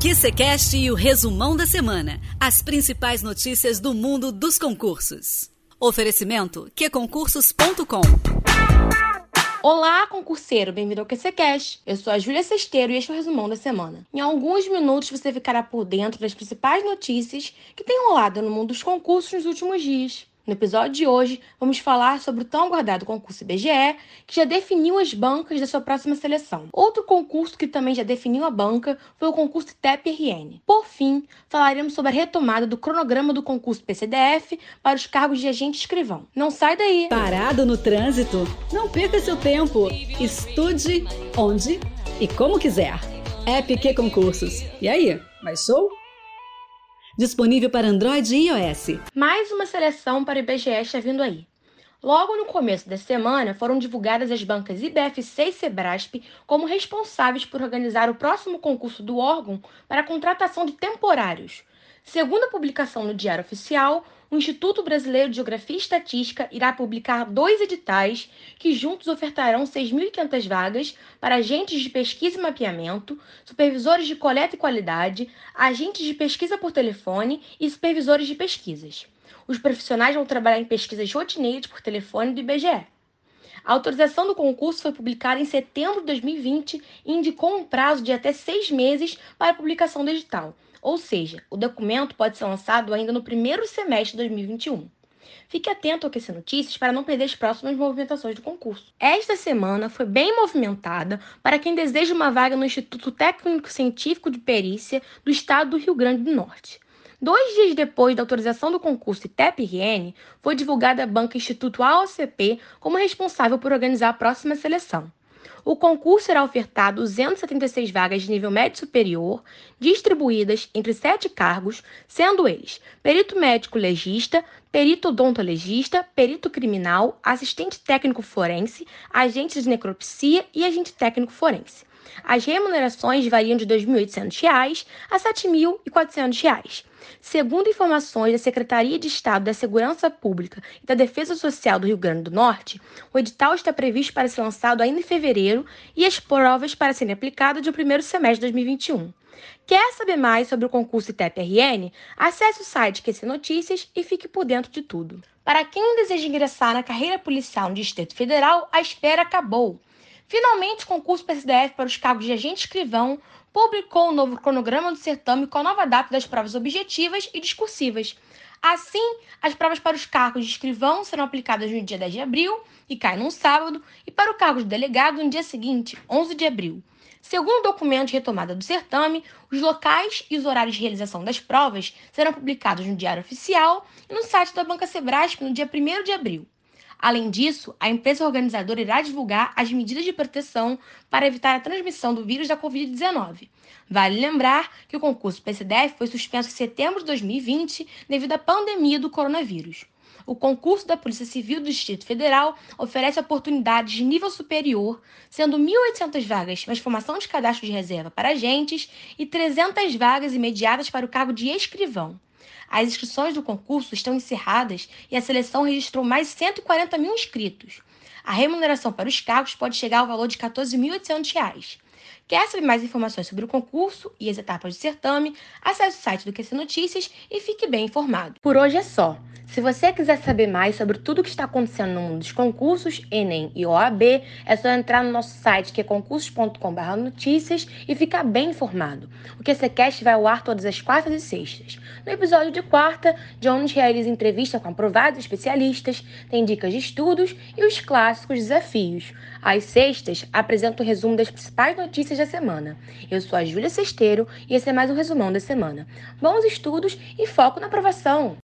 QCCast e o resumão da semana. As principais notícias do mundo dos concursos. Oferecimento qconcursos.com. Olá, concurseiro! Bem-vindo ao QCCast. Eu sou a Júlia Sesteiro e este é o resumão da semana. Em alguns minutos você ficará por dentro das principais notícias que têm rolado no mundo dos concursos nos últimos dias. No episódio de hoje, vamos falar sobre o tão aguardado concurso IBGE, que já definiu as bancas da sua próxima seleção. Outro concurso que também já definiu a banca foi o concurso ITEP-RN. Por fim, falaremos sobre a retomada do cronograma do concurso PCDF para os cargos de agente escrivão. Não sai daí! Parado no trânsito? Não perca seu tempo. Estude onde e como quiser. App QConcursos. E aí, mais show? Disponível para Android e iOS. Mais uma seleção para o IBGE está vindo aí. Logo no começo da semana, foram divulgadas as bancas IBFC e Sebrasp como responsáveis por organizar o próximo concurso do órgão para a contratação de temporários. Segundo a publicação no Diário Oficial, o Instituto Brasileiro de Geografia e Estatística irá publicar 2 editais que juntos ofertarão 6.500 vagas para agentes de pesquisa e mapeamento, supervisores de coleta e qualidade, agentes de pesquisa por telefone e supervisores de pesquisas. Os profissionais vão trabalhar em pesquisas rotineiras por telefone do IBGE. A autorização do concurso foi publicada em setembro de 2020 e indicou um prazo de até 6 meses para a publicação do edital. Ou seja, o documento pode ser lançado ainda no primeiro semestre de 2021. Fique atento ao QC Notícias para não perder as próximas movimentações do concurso. Esta semana foi bem movimentada para quem deseja uma vaga no Instituto Técnico Científico de Perícia do Estado do Rio Grande do Norte. 2 dias depois da autorização do concurso ITEP-RN, foi divulgada a banca Instituto AOCP como responsável por organizar a próxima seleção. O concurso será ofertado 276 vagas de nível médio superior, distribuídas entre 7 cargos, sendo eles perito médico legista, perito odontologista, perito criminal, assistente técnico forense, agente de necropsia e agente técnico forense. As remunerações variam de R$ 2.800 a R$ 7.400. Segundo informações da Secretaria de Estado da Segurança Pública e da Defesa Social do Rio Grande do Norte, o edital está previsto para ser lançado ainda em fevereiro e as provas para serem aplicadas no primeiro semestre de 2021. Quer saber mais sobre o concurso ITEP-RN? Acesse o site QC Notícias e fique por dentro de tudo. Para quem deseja ingressar na carreira policial no Distrito Federal, a espera acabou. Finalmente, o concurso PCDF para os cargos de agente escrivão publicou o novo cronograma do certame com a nova data das provas objetivas e discursivas. Assim, as provas para os cargos de escrivão serão aplicadas no dia 10 de abril, e cai num sábado, e para o cargo de delegado no dia seguinte, 11 de abril. Segundo o documento de retomada do certame, os locais e os horários de realização das provas serão publicados no Diário Oficial e no site da Banca Sebrasp no dia 1º de abril. Além disso, a empresa organizadora irá divulgar as medidas de proteção para evitar a transmissão do vírus da Covid-19. Vale lembrar que o concurso PCDF foi suspenso em setembro de 2020 devido à pandemia do coronavírus. O concurso da Polícia Civil do Distrito Federal oferece oportunidades de nível superior, sendo 1.800 vagas mais formação de cadastro de reserva para agentes e 300 vagas imediatas para o cargo de escrivão. As inscrições do concurso estão encerradas e a seleção registrou mais de 140 mil inscritos. A remuneração para os cargos pode chegar ao valor de R$ 14.800. Quer saber mais informações sobre o concurso e as etapas do certame? Acesse o site do QC Notícias e fique bem informado. Por hoje é só. Se você quiser saber mais sobre tudo o que está acontecendo no mundo dos concursos, Enem e OAB, é só entrar no nosso site, que é concursos.com/notícias, e ficar bem informado. O QCCast vai ao ar todas as quartas e sextas. No episódio de quarta, Jones realiza entrevista com aprovados especialistas, tem dicas de estudos e os clássicos desafios. Às sextas, apresenta o resumo das principais notícias da semana. Eu sou a Júlia Sesteiro e esse é mais um resumão da semana. Bons estudos e foco na aprovação!